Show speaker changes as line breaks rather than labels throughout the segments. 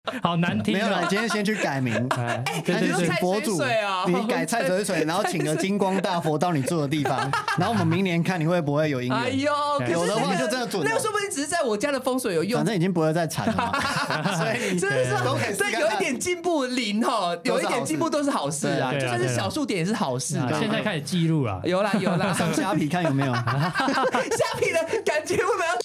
好难听。
没有啦，今天先去改名，
对
请博主你改菜水水，然后请个金光大佛到你住的地方，然后我们明年看你会不会有姻缘。
哎呦，
有的话就真的准了。
那个说不定只是在我家的风水有用，
反正已经不会再缠了嘛，所以你
真的是
都可以
对，有一点进步零哈，有一点进步都是好事啊，就算是小数点也是好事。
现在开始记录了，
有啦有啦，
上虾皮看有没有
虾皮的感觉会不会？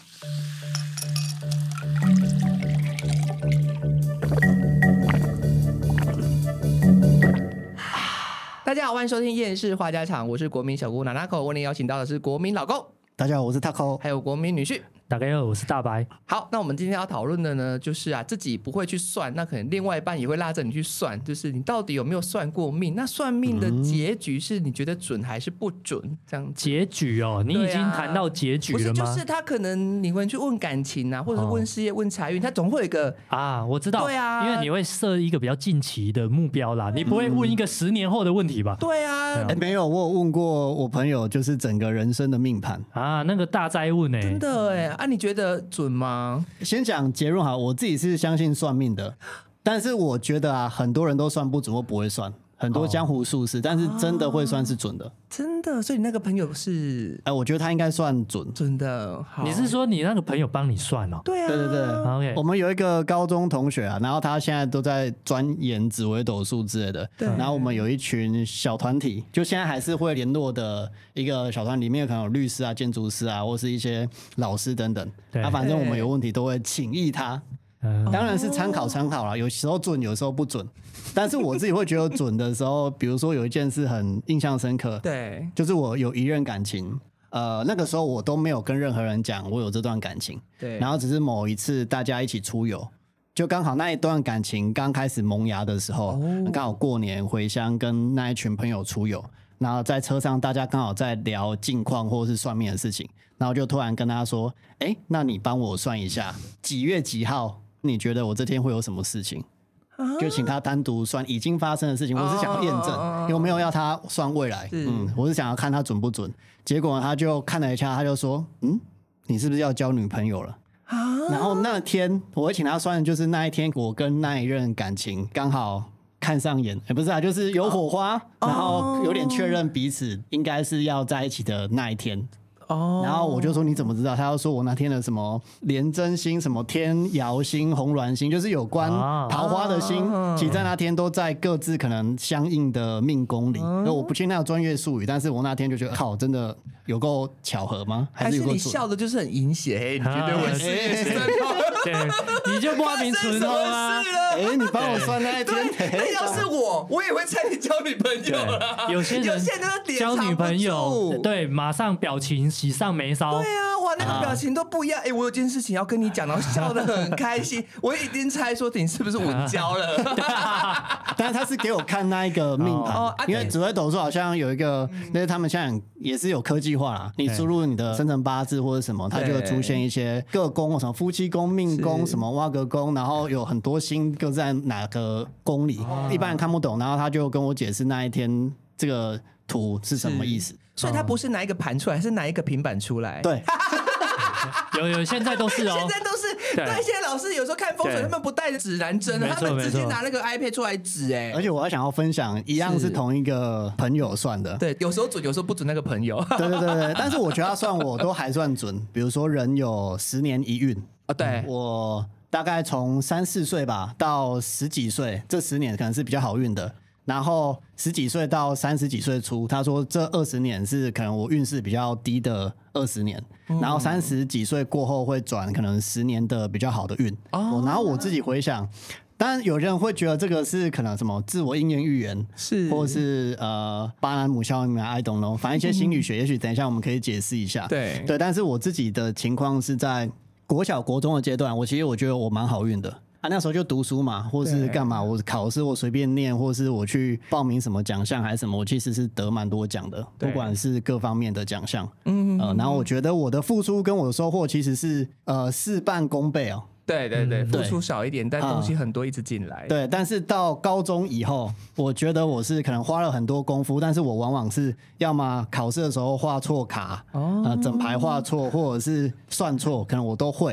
大家好，欢迎收听厌世话家常，我是国民小姑娜娜口，为您邀请到的是国民老公，
大家好，我是 Taco，
还有国民女婿。
大家好，我是大白。
好，那我们今天要讨论的呢，就是自己不会去算，那可能另外一半也会拉着你去算，就是你到底有没有算过命？那算命的结局是你觉得准还是不准？这样
结局哦，你已经谈到结局了吗？
不是，就是他可能你会去问感情啊，或者是问事业、问财运，他总会有一个
我知道，
对啊，
因为你会设一个比较近期的目标啦，你不会问一个10年后的问题吧？
对啊，
没有，我有问过我朋友，就是整个人生的命盘
那个大灾问
真的你觉得准吗？
先讲结论好，我自己是相信算命的，但是我觉得很多人都算不准或不会算，很多江湖术士，但是真的会算是准的。
真的，所以你那个朋友是
我觉得他应该算准
的。
你是说你那个朋友帮你算哦？
对啊，
对对对。
Okay.
我们有一个高中同学然后他现在都在钻研紫微斗数之类的。
对。
然后我们有一群小团体，就现在还是会联络的一个小团，里面可能有律师啊、建筑师啊，或是一些老师等等。对。反正我们有问题都会请益他。当然是参考啦，有时候准，有时候不准。但是我自己会觉得准的时候，比如说有一件事很印象深刻，
对，
就是我有一任感情，那个时候我都没有跟任何人讲我有这段感情，
对，
然后只是某一次大家一起出游，就刚好那一段感情刚开始萌芽的时候，刚好过年回乡跟那一群朋友出游，然后在车上大家刚好在聊近况或是算命的事情，然后就突然跟他说，那你帮我算一下几月几号，你觉得我这天会有什么事情？就请他单独算已经发生的事情，我是想要验证，有没有要他算未来。我是想要看他准不准。结果他就看了一下，他就说：“你是不是要交女朋友了？”然后那天我会请他算，就是那一天我跟那一任感情刚好看上眼，不是就是有火花，然后有点确认彼此应该是要在一起的那一天。然后我就说你怎么知道？他要说我那天的什么廉贞星、什么天姚星、红鸾星，就是有关桃花的星，其实在那天都在各自可能相应的命宫里。我不确定那个专业术语，但是我那天就觉得靠，真的有够巧合吗？
还是你笑的就是很淫邪？你觉得我是？
对，你就莫名存头啊！
你帮我算那一天，
那要是我也会猜你交女朋友了。
有些人交女朋友，对，马上表情喜上眉梢。
对啊，哇，那个表情都不一样。我有件事情要跟你讲，然后笑得很开心。我一定猜说你是不是稳交了？
但是他是给我看那一个命盘，因为紫微斗数好像有一个，那他们现在也是有科技化啦。你输入你的生辰八字或者什么，它就会出现一些各宫，什么夫妻宫、命宫、什么挖格宫，然后有很多星各在哪个宫里，一般人看不懂。然后他就跟我解释那一天这个图是什么意思。
所以他不是拿一个盘出来，是拿一个平板出来。
对。
有，现在都是哦，
现在都是。对，现在老师有时候看风水，他们不带指南针，他们直接拿那个 iPad 出来指。
而且我还想要分享，一样是同一个朋友算的。
对，有时候准，有时候不准那个朋友。
对，但是我觉得他算我都还算准。比如说人有10年一运
对，
我大概从3、4岁吧到10几岁，这10年可能是比较好运的。然后10几岁到30几岁初，他说这20年是可能我运势比较低的20年，然后30几岁过后会转可能10年的比较好的运。然后我自己回想，当然有人会觉得这个是可能什么自我因缘预言，
是，
或是巴南姆效应I don't know， 反正一些心理学，也许等一下我们可以解释一下。
对，
但是我自己的情况是在国小国中的阶段，其实我觉得我蛮好运的。那时候就读书嘛，或是干嘛，我考试我随便念，或是我去报名什么奖项还是什么，我其实是得蛮多奖的，不管是各方面的奖项。然后我觉得我的付出跟我的收获其实是事半功倍哦。
对，付出少一点，但东西很多一直进来。
对，但是到高中以后，我觉得我是可能花了很多功夫，但是我往往是要么考试的时候画错卡，整排画错，或者是算错，可能我都会。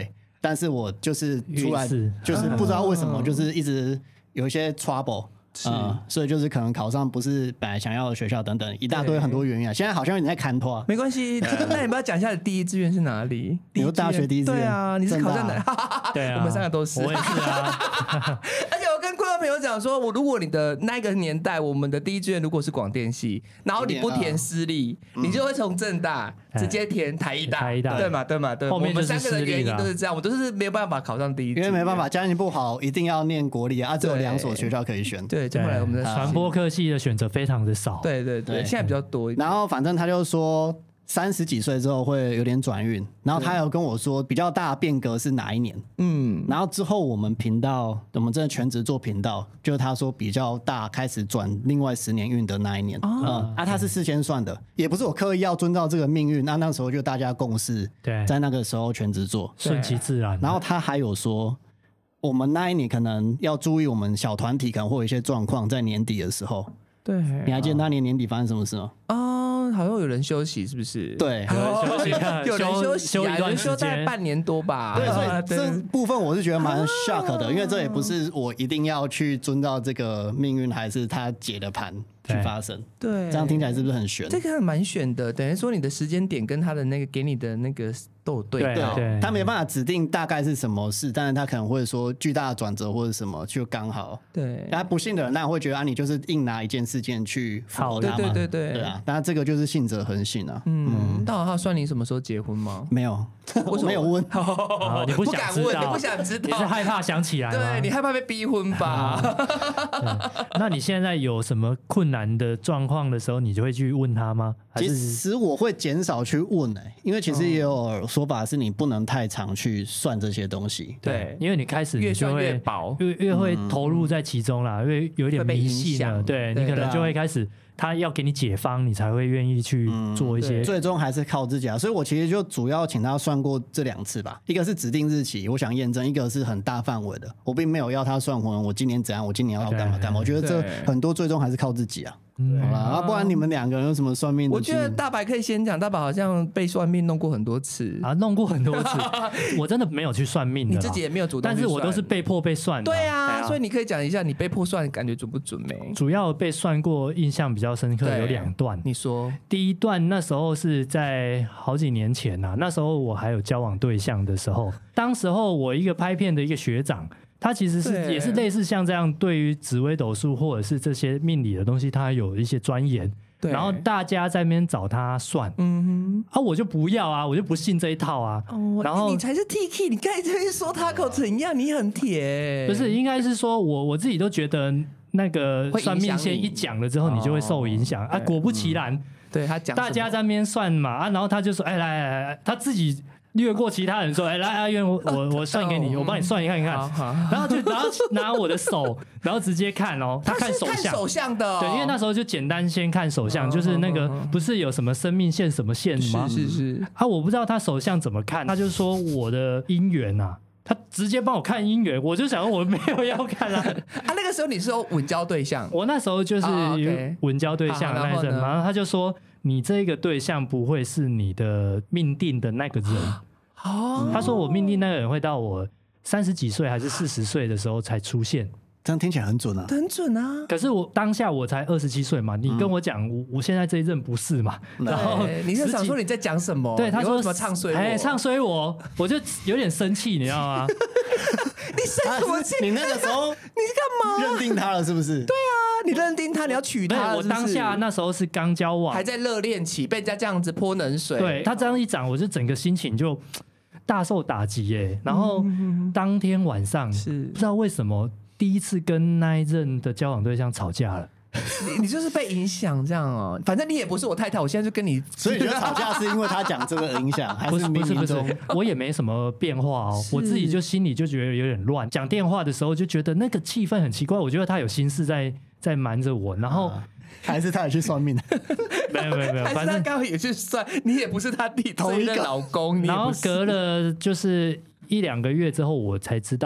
但是我就是出来就是不知道为什么就是一直有一些 trouble。所以就是可能考上不是本来想要的学校等等一大堆很多原因啊。现在好像你在看拖，
没关系。那你不要讲一下你第一志愿是哪里？
你大学第一志愿？
对啊，你是考上哪？
对啊，
我们3个都是，
我也是啊。
而且我跟观众朋友讲说，如果你的那个年代，我们的第一志愿如果是广电系，然后你不填私立，你就会从政大直接填台艺大，对嘛？
后面就是
我们3个的原因都是这样，我都是没有办法考上第一志愿，
因为没办法，家境不好，一定要念国立啊，只有2所学校可以选。
对，就后来我们的
传播科系的选择非常的少。
对，现在比较多一点。
然后反正他就说30几岁之后会有点转运，然后他有跟我说比较大的变革是哪一年，然后之后我们频道，我们真的全职做频道，就是他说比较大开始转另外10年运的那一年，他是事先算的，也不是我刻意要遵照这个命运，那时候就大家共识，在那个时候全职做，
顺其自然。
然后他还有说，我们那一年可能要注意我们小团体可能会有一些状况，在年底的时候。
对，
你还记得那年年底发生什么事吗？
好像有人休息，是不是？
对，
有人休息，
休一段时间，
大概半年多吧。
对，所以这部分我是觉得蛮 shock 的，因为这也不是我一定要去遵照这个命运，还是他解的盘去发生。
对，
这样听起来是不是很悬？
这个还蛮悬的，等于说你的时间点跟他的那个给你的那个都有对到。
他没办法指定大概是什么事，但是他可能会说巨大的转折或者什么，就刚好。
对，
他不信的人那会觉得你就是硬拿一件事件去符合他嘛？对啊，但这个就是信者恒信啊。
那他算你什么时候结婚吗？
没有，我没有问。
你不想知道，
你不想知道，
你是害怕想起来吗？
对，你害怕被逼婚吧？
那你现在有什么困难的状况的时候，你就会去问他吗？
其实我会减少去问因为其实也有说法是你不能太常去算这些东西。
对，因为你开始
越算越薄，
越会投入在其中啦，因为有点迷信了。对，你可能就会开始。他要给你解方，你才会愿意去做一些。
最终还是靠自己啊，所以我其实就主要请他算过这2次吧，一个是指定日期，我想验证；一个是很大范围的，我并没有要他算混，我今年怎样，我今年要干嘛干嘛。我觉得这很多最终还是靠自己啊。好啦，不然你们2个人有什么算命的？
我觉得大白可以先讲，大白好像被算命弄过很多次
啊，弄过很多次。我真的没有去算命的，
你自己也没有主动去算，
但是我都是被迫被算的。
对啊，所以你可以讲一下你被迫算感觉准不准没？
主要被算过，印象比较深刻有2段。
你说
第一段那时候是在好几年前啊，那时候我还有交往对象的时候，当时候我一个拍片的一个学长。他其实也是类似像这样，对于紫微斗数或者是这些命理的东西，他有一些钻研。然后大家在那边找他算，我就不要啊，我就不信这一套啊。然后
你才是 Tiki， 你刚才在说他口怎样，你很铁。
不是，应该是说我自己都觉得那个算命先一讲了之后，你就会受影响啊。果不其然，
对他讲，
大家在那边算嘛然后他就说，来，他自己。略过其他人说，来阿渊，我算给你，我帮你算一看一看，然后拿我的手，然后直接看他看手相
的，
对，因为那时候就简单先看手相，就是那个不是有什么生命线什么线吗？
是
我不知道他手相怎么看，他就说我的姻缘啊。他直接帮我看姻缘，我就想我没有要看啊。
那个时候你是有稳交对象，
我那时候就是有稳交对象的那阵，然后他就说你这个对象不会是你的命定的那个人。他说我命定那个人会到我30几岁还是40岁的时候才出现。
这样听起来很准啊，
很准啊。
可是我当下我才27岁嘛，你跟我讲我现在这一任不是嘛？然后
你是想说你在讲什么？
对，他说
什么唱衰我？
唱衰我就有点生气，你知道吗？
你生什么气？
你那个时候
你干嘛
认定他了是不是？对
啊，你认定他，你要娶他。
我当下那时候是刚交往，
还在热恋期，被人家这样子泼冷水。
对他这样一讲，我就整个心情就大受打击耶。然后当天晚上不知道为什么。第一次跟那一任的交往对象吵架了，
你就是被影响这样哦。反正你也不是我太太，我现在就跟你，
所以你觉得吵架是因为他讲这个影响，还是
不是？我也没什么变化哦，我自己就心里就觉得有点乱。讲电话的时候就觉得那个气氛很奇怪，我觉得他有心事在瞒着我，然后
还是他也去算命？
没有，
反正他刚好也去算，你也不是他同一个老公，
然后隔了就是1-2个月之后，我才知道。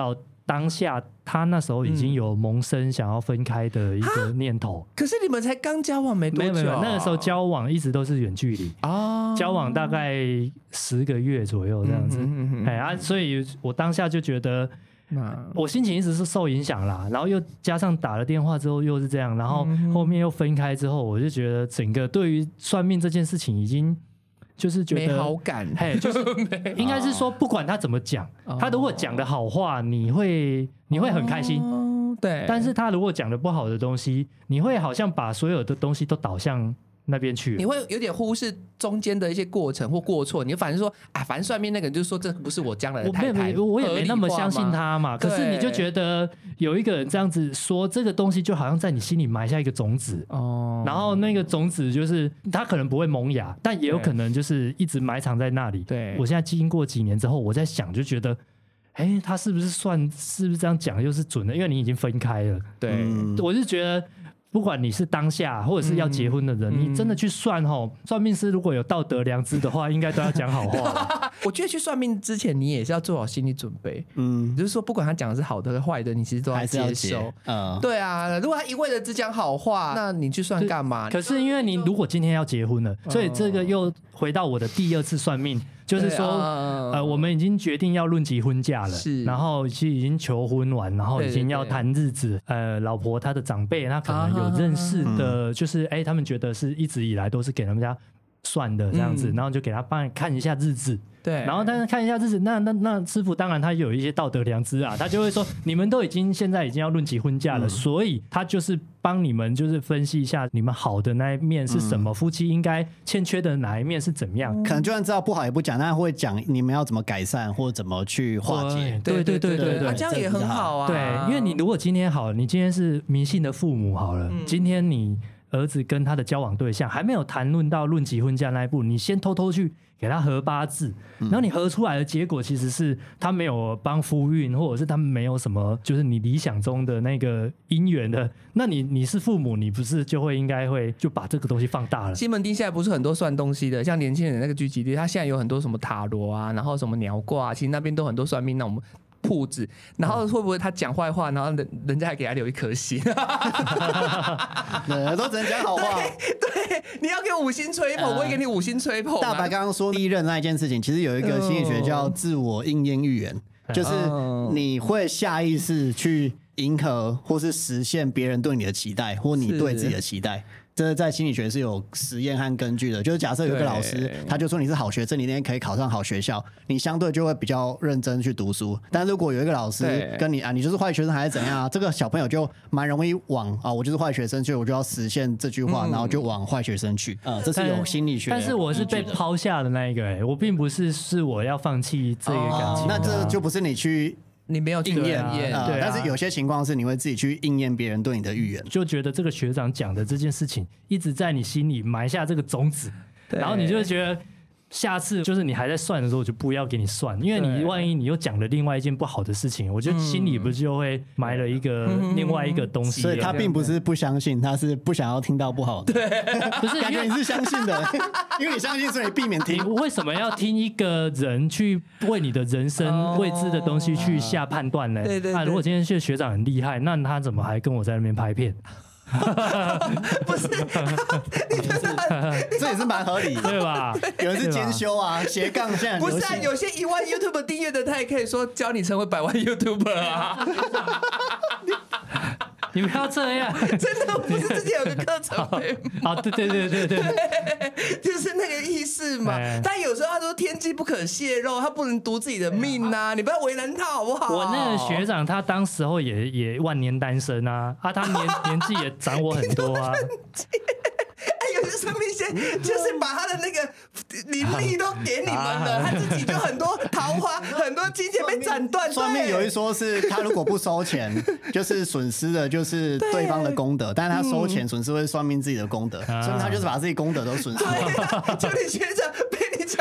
当下他那时候已经有萌生想要分开的一个念头。
可是你们才刚交往没多久，
没有，那个时候交往一直都是远距离
啊，
交往大概10个月左右这样子。所以我当下就觉得。我心情一直是受影响啦，然后又加上打了电话之后又是这样，然后后面又分开之后，我就觉得整个对于算命这件事情已经就是觉得
没好感，
就是应该是说不管他怎么讲，他如果讲的好话，你会很开心，
对，
但是他如果讲的不好的东西，你会好像把所有的东西都导向那边去了，
你会有点忽视中间的一些过程或过错，你反正说反正算命那个人就说这不是我将来的太太，
我也没那么相信他嘛。可是你就觉得有一个人这样子说，这个东西就好像在你心里埋下一个种子然后那个种子就是它可能不会萌芽，但也有可能就是一直埋藏在那里。
对，
我现在经过几年之后，我在想就觉得。他是不是这样讲又是准的？因为你已经分开了。
对，
我是觉得。不管你是当下或者是要结婚的人，你真的去算算命师如果有道德良知的话，应该都要讲好话。
我觉得去算命之前，你也是要做好心理准备。就是说不管他讲的是好的和坏的，你其实都要接受。对啊，如果他一味的只讲好话，那你去算干嘛？
可是因为你如果今天要结婚了，所以这个又回到我的第二次算命。就是说，我们已经决定要论及婚嫁了，然后其实已经求婚完，然后已经要谈日子。老婆她的长辈，她可能有认识的，就是他们觉得是一直以来都是给他们家算的这样子，然后就给他帮你看一下日子。
对，
然后但是看一下日子，那师傅当然他有一些道德良知啊，他就会说你们都现在已经要论及婚嫁了，所以他就是帮你们就是分析一下你们好的那一面是什么，夫妻应该欠缺的哪一面是怎么样。
可能就算知道不好也不讲，但会讲你们要怎么改善或怎么去化解。
对，
这样也很好啊。
对，因为你如果今天你今天是迷信的父母好了，今天你儿子跟他的交往对象还没有谈论到论及婚嫁那一步，你先偷偷去给他合八字，然后你合出来的结果其实是他没有帮夫运，或者是他们没有什么就是你理想中的那个姻缘的，那你是父母，你不是就应该会就把这个东西放大了。
西门町现在不是很多算东西的，像年轻人那个聚集地，他现在有很多什么塔罗啊，然后什么鸟卦，其实那边都很多算命那种铺子，然后会不会他讲坏话，然后人家还给他留1颗星？对，
都只能讲好话。
对，你要给5星吹捧，我会给你5星吹捧。
大白刚刚说第一任那一件事情，其实有一个心理学叫自我应验预言，就是你会下意识去迎合或是实现别人对你的期待，或你对自己的期待。这在心理学是有实验和根据的，就是假设有一个老师，他就说你是好学生，你那天可以考上好学校，你相对就会比较认真去读书。但如果有一个老师跟你你就是坏学生还是怎样这个小朋友就蛮容易往我就是坏学生，所以我就要实现这句话，然后就往坏学生去。这是有心理学的。
但是我是被抛下的那一个，我并不是我要放弃这个感情。
那这就不是你没有
应验，
对，但是有些情况是你会自己去应验别人对你的预言，
就觉得这个学长讲的这件事情一直在你心里埋下这个种子，然后你就会觉得下次就是你还在算的时候，我就不要给你算，因为你万一你又讲了另外一件不好的事情，我觉得心里不就会埋了一个另外一个东西。
所以他并不是不相信，他是不想要听到不好的。
对，
不是
感觉你是相信的，因为你相信，所以避免听。
为什么要听一个人去为你的人生未知的东西去下判断呢？
对，
如果今天是学长很厉害，那他怎么还跟我在那边拍片？
不是，
这也是蛮合理，
对吧？
有人是兼修斜杠现在
不是有些1万 YouTube 订阅的，他也可以说教你成为100万 YouTuber 啊。
你不要这样，
真的不是之前有个课程
吗？对，
就是那个意思嘛。但有时候他说天机不可泄露，他不能读自己的命啊，你不要为难他好不好？
我那个学长他当时候也万年单身啊，他年纪也长我很多啊。
有些算命先就是把他的那个灵力都给你们了，他自己就很多桃花，很多金钱被斩断。
算命有一说是他如果不收钱，就是损失的就是对方的功德，但是他收钱损失会算命自己的功德，所以他就是把自己功德都损失了。
就你学长被你讲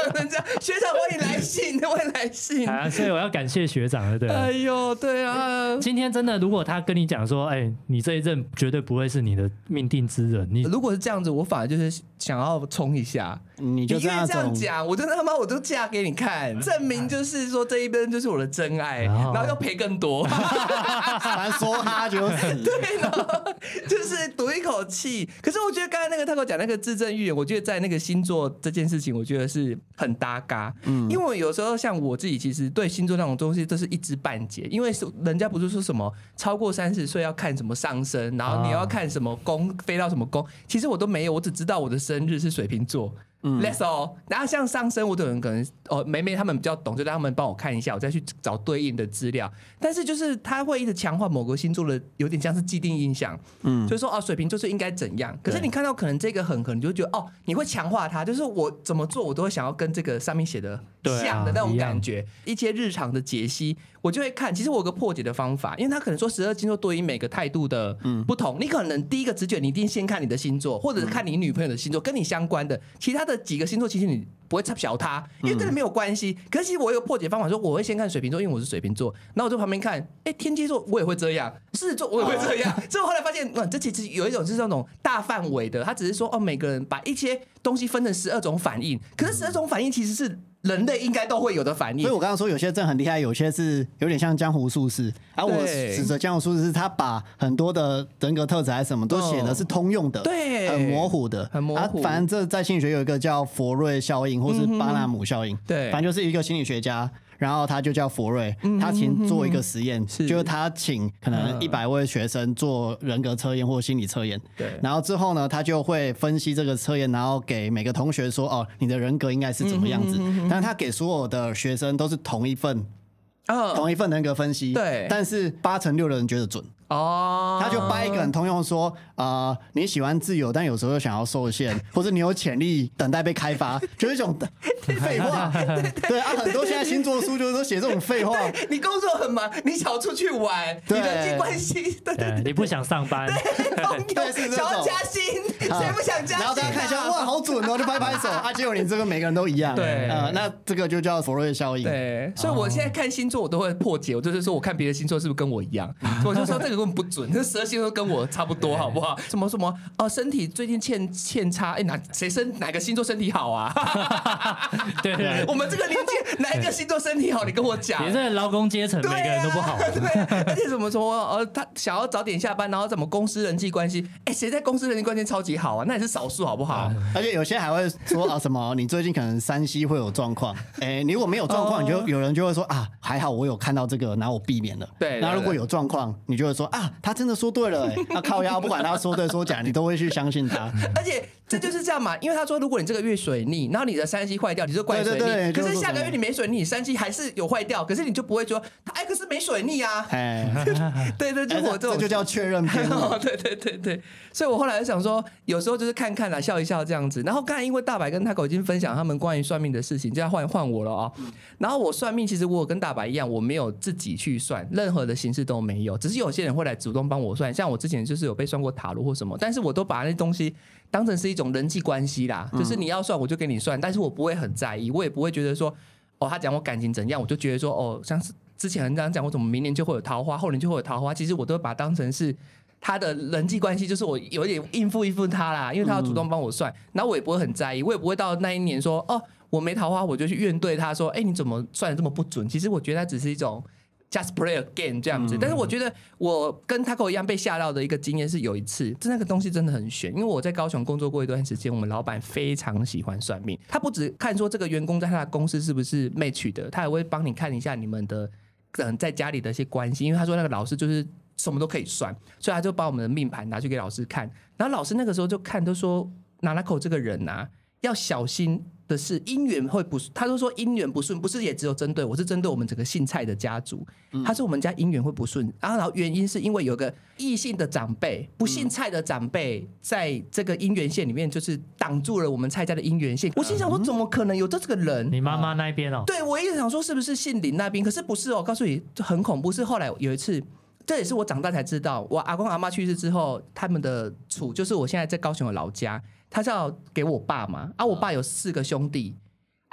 人家学长欢迎来信，欢迎来信
啊，所以我要感谢学长了，对。
哎呦，对啊，
今天真的，如果他跟你讲说，你这一任绝对不会是你的命定之人，
如果是这样子，我反而就是想要冲一下。
你就
这样讲，我真的他妈我都嫁给你看，证明就是说这一边就是我的真爱，然后要赔更多，
反正说他就死。
对，然后就是赌一口气。可是我觉得刚才那个他跟我讲那个自证预言，我觉得在那个星座这件事情，我觉得是很搭嘎。因为我有时候像我自己，其实对星座那种东西都是一知半解，因为人家不是说什么超过30岁要看什么上升，然后你要看什么宫飞到什么宫，其实我都没有，我只知道我的生日是水瓶座。Let's all， 然后像上升，我的人可能梅梅他们比较懂，就让他们帮我看一下，我再去找对应的资料。但是就是他会一直强化某个星座的，有点像是既定印象，就是说水瓶就是应该怎样。可是你看到可能这个很可能你就会觉得你会强化它，就是我怎么做我都会想要跟这个上面写的像的那种感觉。一些日常的解析，我就会看。其实我有个破解的方法，因为他可能说12星座对应每个态度的不同，你可能第一个直觉你一定先看你的星座，或者是看你女朋友的星座，跟你相关的，其他的几个星座其实你不会插小他，因为跟你没有关系。可是其实我有破解方法，说我会先看水瓶座，因为我是水瓶座，然后我就旁边看，天蝎座我也会这样，狮子座我也会这样。所以我后来发现，这其实有一种是那种大范围的，他只是说每个人把一些东西分成12种反应，可是12种反应其实是人类应该都会有的反应。
所以我刚刚说有些真的很厉害，有些是有点像江湖术士。而我指着江湖术士是他把很多的人格特质还是什么都写的是通用的，
对，
很模糊的，
很模糊。
反正这在心理学有一个叫佛瑞效应，或是巴纳姆效应，
对，
反正就是一个心理学家。然后他就叫佛瑞，他请做一个实验，就是他请可能100位学生做人格测验或心理测验，
对，
然后之后呢，他就会分析这个测验，然后给每个同学说，你的人格应该是怎么样子。但是他给所有的学生都是同一份人格分析，
对，
但是8成6的人觉得准。他就掰一个很通用说，你喜欢自由，但有时候又想要受限，或者你有潜力等待被开发，就是一种废话。对啊，很多现在星座书就是说写这种废话。
你工作很忙，你想要出去玩，你人际关系，对，
你不想上班，
对，想要加薪，谁不想加薪？
然后大家看一下，哇，好准哦，就拍拍手。结果你这个每个人都一样。
对，
那这个就叫佛瑞效应。
对，所以我现在看星座，我都会破解，我就是说，我看别的星座是不是跟我一样，我就说这个根本不准，这12星座跟我差不多，好不好？什么身体最近欠差，哪个星座身体好啊？
对，
我们这个年纪哪一个星座身体好？你跟我讲。
也是劳工阶层，每个人都不好。
对，而且怎么说？他想要早点下班，然后怎么公司人际关系？谁在公司人际关系超级好啊？那也是少数，好不好？
而且有些还会说什么？你最近可能3C 会有状况，你如果没有状况，有人就会说还好我有看到这个，然后我避免了。
对，
然后如果有状况，你就会说他真的说对了，那靠腰，不管他说对说假，你都会去相信他。
而且这就是这样嘛，因为他说，如果你这个月水逆，然后你的3C坏掉，你就怪水逆。
对，
可是下个月你没水逆，你3C还是有坏掉，可是你就不会说可是没水逆啊。对，就我这
就叫确认偏误。
对，所以我后来就想说，有时候就是看看啦，笑一笑这样子。然后刚才因为大白跟他狗已经分享他们关于算命的事情，就要换我了然后我算命，其实我跟大白一样，我没有自己去算，任何的形式都没有，只是有些人会来主动帮我算，像我之前就是有被算过塔罗或什么，但是我都把那东西当成是一种人际关系啦，就是你要算我就给你算，但是我不会很在意，我也不会觉得说他讲我感情怎样，我就觉得说像是之前很这样讲，我怎么明年就会有桃花，后年就会有桃花，其实我都会把它当成是他的人际关系，就是我有点应付他啦，因为他要主动帮我算，然后我也不会很在意，我也不会到那一年说我没桃花我就去怨对他说你怎么算的这么不准，其实我觉得他只是一种just play a game 这样子。但是我觉得我跟 Taco 一样被吓到的一个经验是，有一次那个东西真的很悬，因为我在高雄工作过一段时间，我们老板非常喜欢算命，他不只看说这个员工在他的公司是不是 match 的，他也会帮你看一下你们的在家里的一些关系，因为他说那个老师就是什么都可以算，所以他就把我们的命盘拿去给老师看，然后老师那个时候就看，都说Nanako 这个人要小心的是姻缘会不顺，他都说姻缘不顺，不是也只有针对我，是针对我们整个姓蔡的家族。他说我们家姻缘会不顺，然后原因是因为有个异性的长辈，不姓蔡的长辈，在这个姻缘线里面就是挡住了我们蔡家的姻缘线。我心想说，怎么可能有这个人？
你妈妈那一边
对，我一直想说是不是姓林那边，可是不是告诉你很恐怖。是后来有一次。这也是我长大才知道，我阿公阿嬷去世之后，他们的厝就是我现在在高雄的老家，他是要给我爸嘛，我爸有4个兄弟，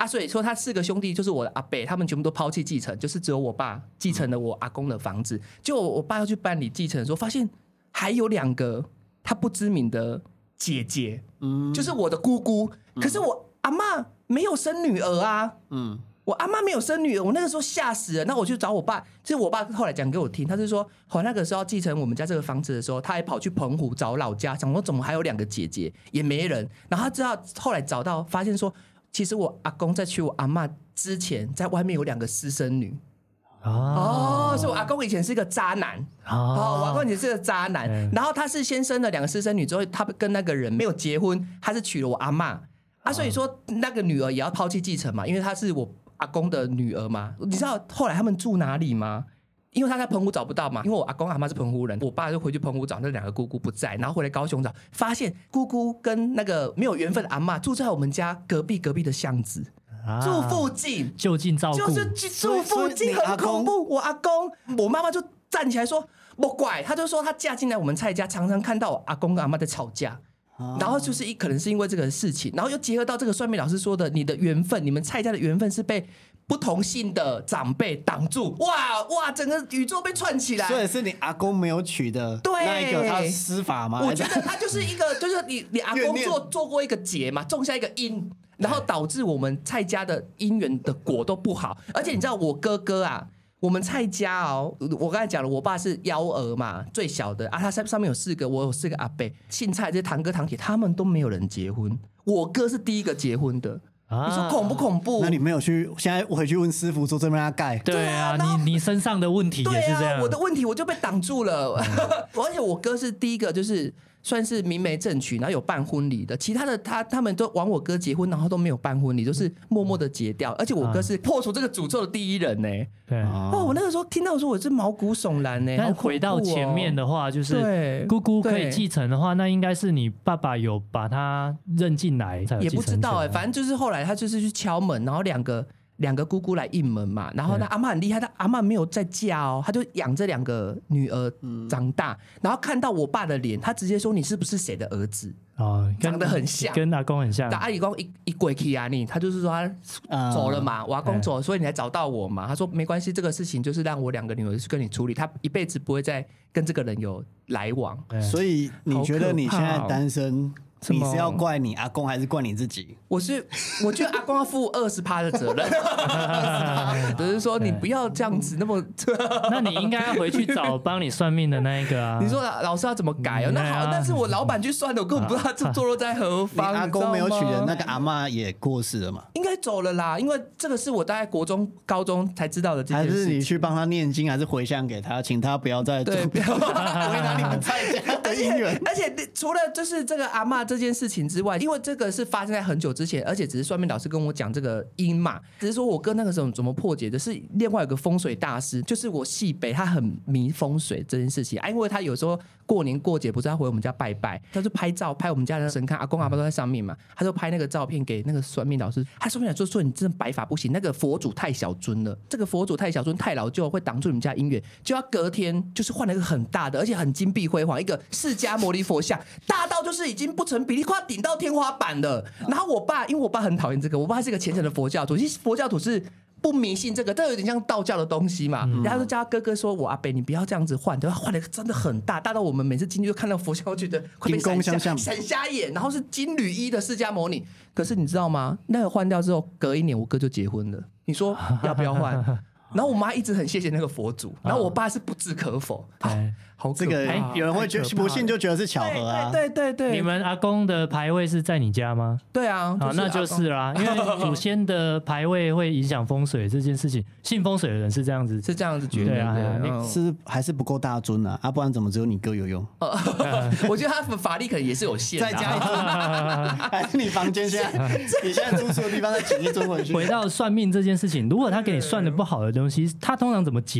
啊，所以说他4个兄弟就是我的阿伯，他们全部都抛弃继承，就是只有我爸继承了我阿公的房子。结果我爸要去办理继承的时候，发现还有2个他不知名的姐姐，就是我的姑姑。可是我阿嬷没有生女儿啊，我阿嬷没有生女儿，我那个时候吓死了。那我去找我爸，其实我爸后来讲给我听，他是说，那个时候要继承我们家这个房子的时候，他还跑去澎湖找老家，想说怎么还有2个姐姐也没人。然后他知道后来找到，发现说，其实我阿公在娶我阿嬷之前，在外面有2个私生女。所以我阿公以前是一个渣男。我阿公以前是个渣男，然后他是先生了2个私生女之后，他跟那个人没有结婚，他是娶了我阿嬷啊，所以说那个女儿也要抛弃继承嘛，因为她是我阿公的女儿嘛。你知道后来他们住哪里吗？因为他在澎湖找不到嘛，因为我阿公阿嬷是澎湖人，我爸就回去澎湖找那2个姑姑不在，然后回来高雄找，发现姑姑跟那个没有缘分的阿嬷住在我们家隔壁的巷子。住附近，
就近照顾，
就是住附近很恐怖。我阿公，我妈妈就站起来说不怪，她就说她嫁进来我们蔡家，常常看到我阿公跟阿嬷在吵架。然后就是可能是因为这个事情，然后又结合到这个算命老师说的，你的缘分，你们蔡家的缘分是被不同姓的长辈挡住，哇，整个宇宙被串起来。
所以是你阿公没有娶的那一个，他施法吗？
我觉得他就是一个，就是你阿公做过一个结嘛，种下一个因，然后导致我们蔡家的姻缘的果都不好。而且你知道我哥哥啊，我们蔡家我刚才讲了，我爸是幺儿嘛，最小的啊，他上面有4个，我有4个阿伯，姓蔡这些堂哥堂姐他们都没有人结婚，我哥是第一个结婚的。你说恐不恐怖？
那你没有去？现在我回去问师傅说这边要盖。
对啊，你身上的问题也是这样。
我的问题我就被挡住了，而且我哥是第一个就是算是明媒正娶，然后有办婚礼的，其他的他们都往我哥结婚，然后都没有办婚礼，就是默默的结掉。而且我哥是破除这个诅咒的第一人呢。
对
我那个时候听到说我是毛骨悚然呢。
但回到前面的话，就是姑姑可以继承的话，那应该是你爸爸有把他认进来才有继承权。
也不知道反正就是后来他就是去敲门，然后两个姑姑来应门嘛，然后那阿嬷很厉害，她阿嬷没有再嫁她就养这2个女儿长大，然后看到我爸的脸，她直接说你是不是谁的儿子？长得很像，
跟阿公很像。
阿姨公一跪去啊他就是说他走了嘛，我阿公走了，所以你才找到我嘛。他说没关系，这个事情就是让我2个女儿去跟你处理，他一辈子不会再跟这个人有来往。
所以你觉得你现在单身？你是要怪你阿公还是怪你自己？
我觉得阿公要负20%的责任，只是说你不要这样子那么。
那你应该要回去找帮你算命的那一个啊。
你说老师要怎么改那好，但是我老板去算的，我根本不知道这坐落在何方。
你阿公没有娶的那个阿嬷也过世了嘛？
应该走了啦，因为这个是我大概国中、高中才知道的这件事情。
还是你去帮他念经，还是回向给他，请他不要再为难你们蔡家的姻缘？
而且除了就是这个阿嬷这件事情之外，因为这个是发生在很久之前，而且只是算命老师跟我讲这个因嘛，只是说我哥那个时候怎么破解的，是另外有个风水大师，就是我系北，他很迷风水这件事情因为他有时候过年过节不是要回我们家拜拜，他就拍照拍我们家的神龛，阿公阿嬷都在上面嘛，他就拍那个照片给那个算命老师，他算命老师说你真的摆法不行，那个佛祖太小尊了，这个佛祖太小尊太老旧，会挡住你们家姻缘，就要隔天就是换了一个很大的，而且很金碧辉煌，一个释迦牟尼佛像，大到就是已经不成比例，快顶到天花板了。然后我爸，因为我爸很讨厌这个，我爸是一个虔诚的佛教徒，其实佛教徒是不迷信这个，这有点像道教的东西嘛。然后就叫他哥哥说：“我阿伯，你不要这样子换，对吧？换的真的很大，大到我们每次进去就看到佛像，觉得快被闪瞎眼。然后是金缕衣的释迦牟尼，可是你知道吗？那个换掉之后，隔1年我哥就结婚了。你说要不要换？然后我妈一直很谢谢那个佛祖，然后我爸是不置可否。好
这个有人会觉得不信就觉得是巧合啊。
对，
你们阿公的牌位是在你家吗？
对啊，
那就是啦，因为祖先的牌位会影响风水这件事情，信风水的人是这样子
觉得
啊，
是还是不够大尊啊？不然怎么只有你哥有用？
我觉得他法力可能也是有限的。
再加一尊，还是你房间你现在住宿的地方再请一尊回去？
回到算命这件事情，如果他给你算的不好的东西，他通常怎么解？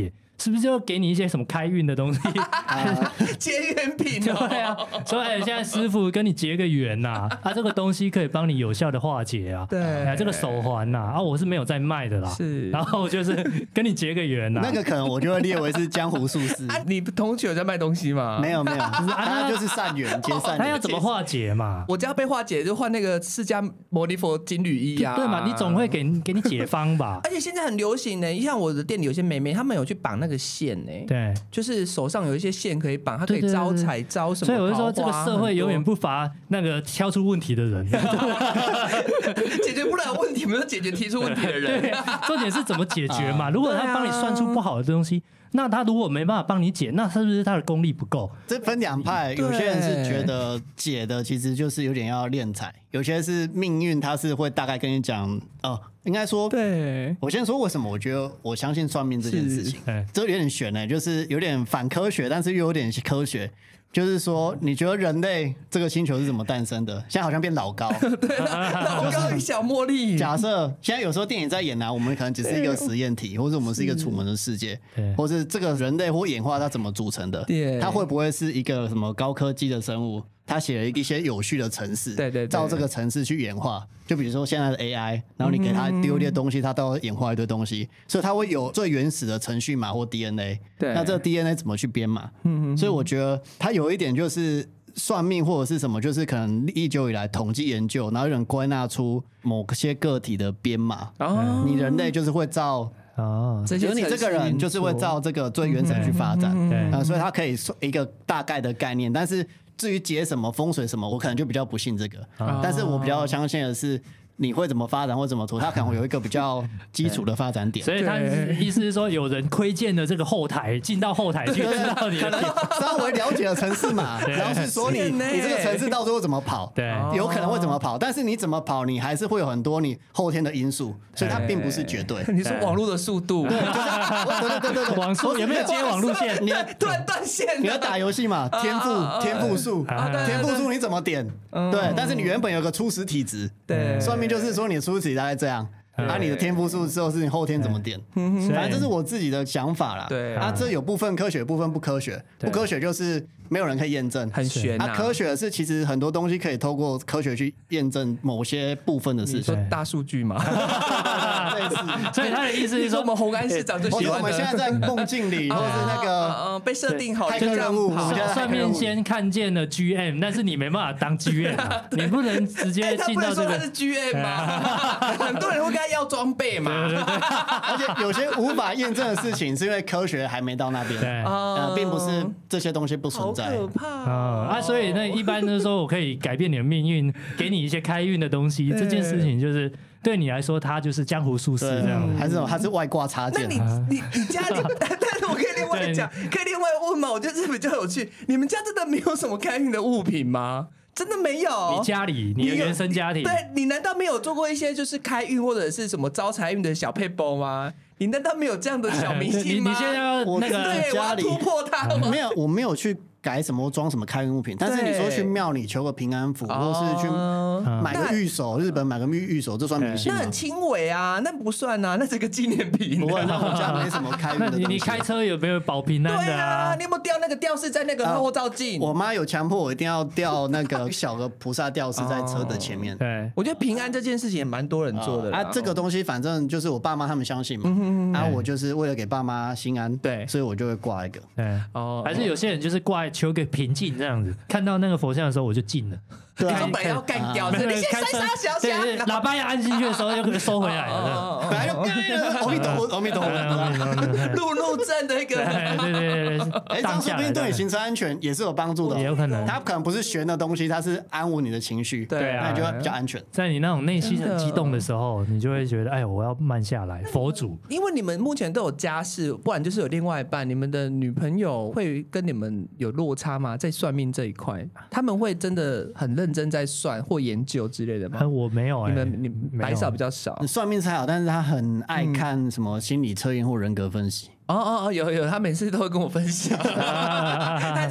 是不是就给你一些什么开运的东西？
结缘品哦。
对啊，说现在师傅跟你结个缘呐，这个东西可以帮你有效的化解啊。
对，
这个手环呐，我是没有在卖的啦。
是，
然后就是跟你结个缘呐。
那个可能我就会列为是江湖术士。
你同学有在卖东西吗？
没有，他就是善缘结善缘。
他要怎么化解嘛？
我只要被化解，就换那个释迦牟尼佛金缕衣啊。
对嘛，你总会给你解方吧？
而且现在很流行呢，像我的店里有些妹妹，她们有去绑那个线呢。对，就是手上有一些线可以绑，它可以招财招什么。
所以我就说，这个社会永远不乏那个挑出问题的人，
解决不了问题，没有解决提出问题的人。
对，重点是怎么解决嘛？如果他帮你算出不好的东西，那他如果没办法帮你解，那是不是他的功力不够？
这分两派，有些人是觉得解的其实就是有点要敛财，有些是命运，他是会大概跟你讲应该说，对，我先说为什么我觉得我相信算命这件事情，这有点悬就是有点反科学，但是又有点科学。就是说，你觉得人类这个星球是怎么诞生的？现在好像变老高，
对，老高与小茉莉。
假设现在有时候电影在演我们可能只是一个实验体，或者我们是一个楚门的世界，或是这个人类或演化它怎么组成的？它会不会是一个什么高科技的生物？他写了一些有序的程式，对，照这个程式去演化。就比如说现在的 AI， 然后你给他丢一些东西，它都要演化一堆东西，所以它会有最原始的程序码或 DNA。对，那这个 DNA 怎么去编码？所以我觉得它有一点就是算命或者是什么，就是可能历久以来统计研究，然后有人归纳出某些个体的编码。你人类就是会照。只有你这个人就是会照这个最原始去发展，所以它可以一个大概的概念，但是至于解什么风水什么，我可能就比较不信这个，但是我比较相信的是你会怎么发展或怎么做，它可能会有一个比较基础的发展点。
所以他意思是说，有人窥见了这个后台，进到后台去知道你的
稍微了解了程式嘛，然后是说你这个程式到时候怎么跑，对，有可能会怎么跑，但是你怎么跑，你还是会有很多你后天的因素，所以它并不是绝对。
你说网络的速度，
对，
网速有没有接网路线？
你突然断线，
你要打游戏嘛，天赋数你怎么点？对，但是你原本有个初始体质，对，算命就是说你的初始体质大概这样。你的天赋数之后是你后天怎么点，反正这是我自己的想法啦。对，这有部分科学，部分不科学。不科学就是没有人可以验证，
很悬。
科学是其实很多东西可以透过科学去验证某些部分的事情。
大数据嘛，
所以他的意思是说，
我们红安市长就喜欢。
我们现在在梦境里，或是那个
被设定好
骇客任务，
算命先看见了 GM， 但是你没办法当 GM， 你不能直接进到这个。
他是 GM 嘛？很多人会跟他要装备嘛。
而且有些无法验证的事情，是因为科学还没到那边，并不是这些东西不存在。
好可怕
所以那一般就是说我可以改变你的命运，给你一些开运的东西，这件事情就是对你来说，它就是江湖术士这样，
还是它是外挂插件？
那你家里，但是我可以另外讲，可以另外问吗？我觉得这比较有趣。你们家真的没有什么开运的物品吗？真的没有？
你家里，你的原生家庭，
对，你难道没有做过一些就是开运或者是什么招财运的小配包吗？你难道没有这样的小迷信吗？
你现在要那个
家里
突破它吗？
没有，我没有去改什么装什么开运物品，但是你说去庙里求个平安符，或是去买个玉手，日本买个玉手，这算迷信吗？
那很轻微啊，那不算啊，那是个纪念品。
不会，那我家没什么开运的东西。
你开车有没有保平安的？
对啊，你有没有吊那个吊饰在那个后照镜？
我妈有强迫我一定要吊那个小的菩萨吊饰在车的前面。
对，
我觉得平安这件事情也蛮多人做的。
这个东西反正就是我爸妈他们相信嘛，我就是为了给爸妈心安，对，所以我就会挂一个。
对，还是有些人就是挂求个平静这样子，看到那个佛像的时候我就静了。
对，本来要干掉，你先塞沙小小，
喇叭要按进去的时候又收回来了。
本来就阿弥陀佛，阿弥陀佛，
路正的一个。
对，
这样说不定对你行车安全也是有帮助的，
也有可能。
它可能不是悬的东西，它是安稳你的情绪，对啊，那你就会比较安全。
在你那种内心很激动的时候，你就会觉得，哎，我要慢下来。佛祖，
因为你们目前都有家室，不然就是有另外一半，你们的女朋友会跟你们有落差吗？在算命这一块，他们会真的很认真在算或研究之类的吗？
我没有，
你白少比较少，
算命才好，但是他很爱看什么心理测验或人格分析。
有，他每次都会跟我分享。他只问说哪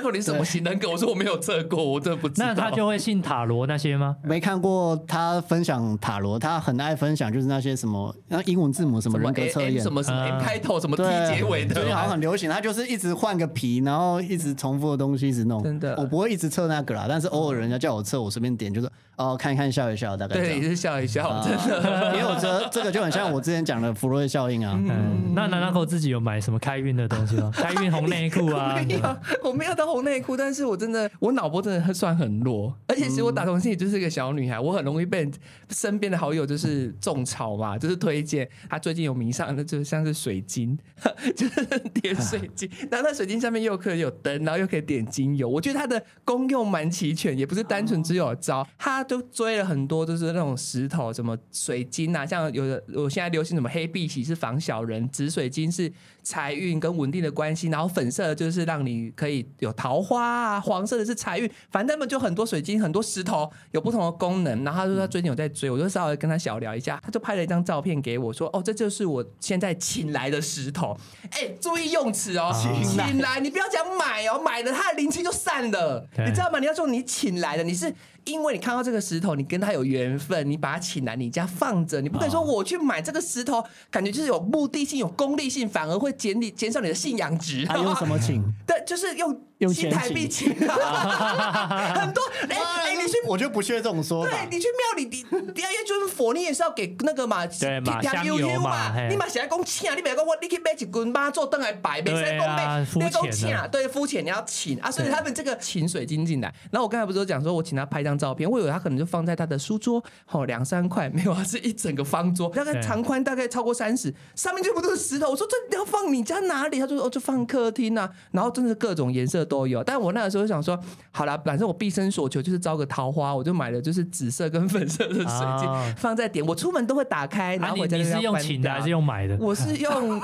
Nako 你是什么型人格？我说我没有测过，我真的不知道。
那他就会信塔罗那些吗？
没看过他分享塔罗，他很爱分享就是那些什么英文字母什么人格测验，
什么 M 开头什么 T 结尾的，
最近好像很流行。他就是一直换个皮，然后一直重复的东西一直弄。
真的，
我不会一直测那个啦，但是偶尔人家叫我测，我随便点就是看一看笑一笑，大概
对，也是笑一笑，真的。
因为我觉得这个就很像我之前讲的弗洛伊效应啊。
那Nako自己有买什么开运的东西吗？开运红内裤啊？
我没有到红内裤，但是我脑波真的算很弱，而且其实我打从心里就是一个小女孩，我很容易被身边的好友就是种草嘛，就是推荐。她最近有迷上的，就像是水晶，就是点水晶，然后那水晶上面又可以有灯，然后又可以点精油，我觉得它的功用蛮齐全，也不是单纯只有招。她都追了很多，就是那种石头，什么水晶啊，像有的我现在流行什么黑碧玺是防小人，紫水晶是财运跟稳定的关系，然后粉色的就是让你可以有桃花啊，黄色的是财运，反正他们就很多水晶很多石头有不同的功能。然后他说他最近有在追，我就稍微跟他小聊一下，他就拍了一张照片给我说，这就是我现在请来的石头。注意用词哦，请来你不要讲买哦，买了它的灵气就散了，你知道吗？你要说你请来的，你是因为你看到这个石头，你跟他有缘分，你把它请来你家放着，你不可以说我去买这个石头，感觉就是有目的性、有功利性，反而会减少你的信仰值。
他用什么请？
对，就是用新台币请啊，很多你去，
我就不屑这种说法。
对，你去庙里，第二天就是佛，你也是要给那个嘛，
对嘛，香油嘛，
你嘛是来讲请，你别讲我，你去买一棍妈做灯来摆，别是讲买，你讲请，对，肤浅你要请啊，所以他们这个请水晶进来。然后我刚才不是讲说我请他拍张照片，我以为他可能就放在他的书桌，2-3块，没有，是一整个方桌，大概长宽大概超过30，上面全部都是石头。我说这要放你家哪里？他说就放客厅啊，然后真的是各种颜色都有。但我那个时候就想说，好啦，反正我毕生所求就是招个桃花，我就买了就是紫色跟粉色的水晶，放在点，我出门都会打开，然后回家就要关掉。
你是用请的还是用买的？
我是用，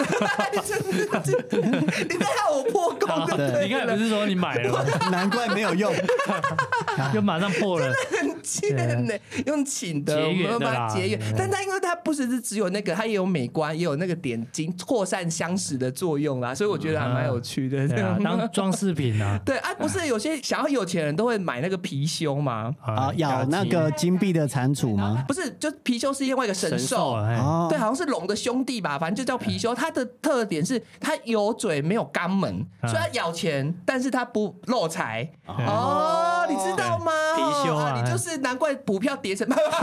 你在让我破功，
对，
你刚才不是说你买了吗？
难怪没有用，
就马上破了，
很贱呢，用请的，我们把它结缘。但它因为它不是只有那个，它也有美观，也有那个点睛扩散相识的作用啦，所以我觉得还蛮有趣的，
当装饰品啊。
对啊，不是有些想要有钱人都会买那个貔貅吗？
咬那个金币的蟾蜍吗？
不是，就貔貅是另外一个神兽，对，好像是龙的兄弟吧，反正就叫貔貅。它的特点是它有嘴没有肛门，所以它咬钱，但是它不漏财。你知道吗？
貔貅啊，
你就是难怪股票跌成。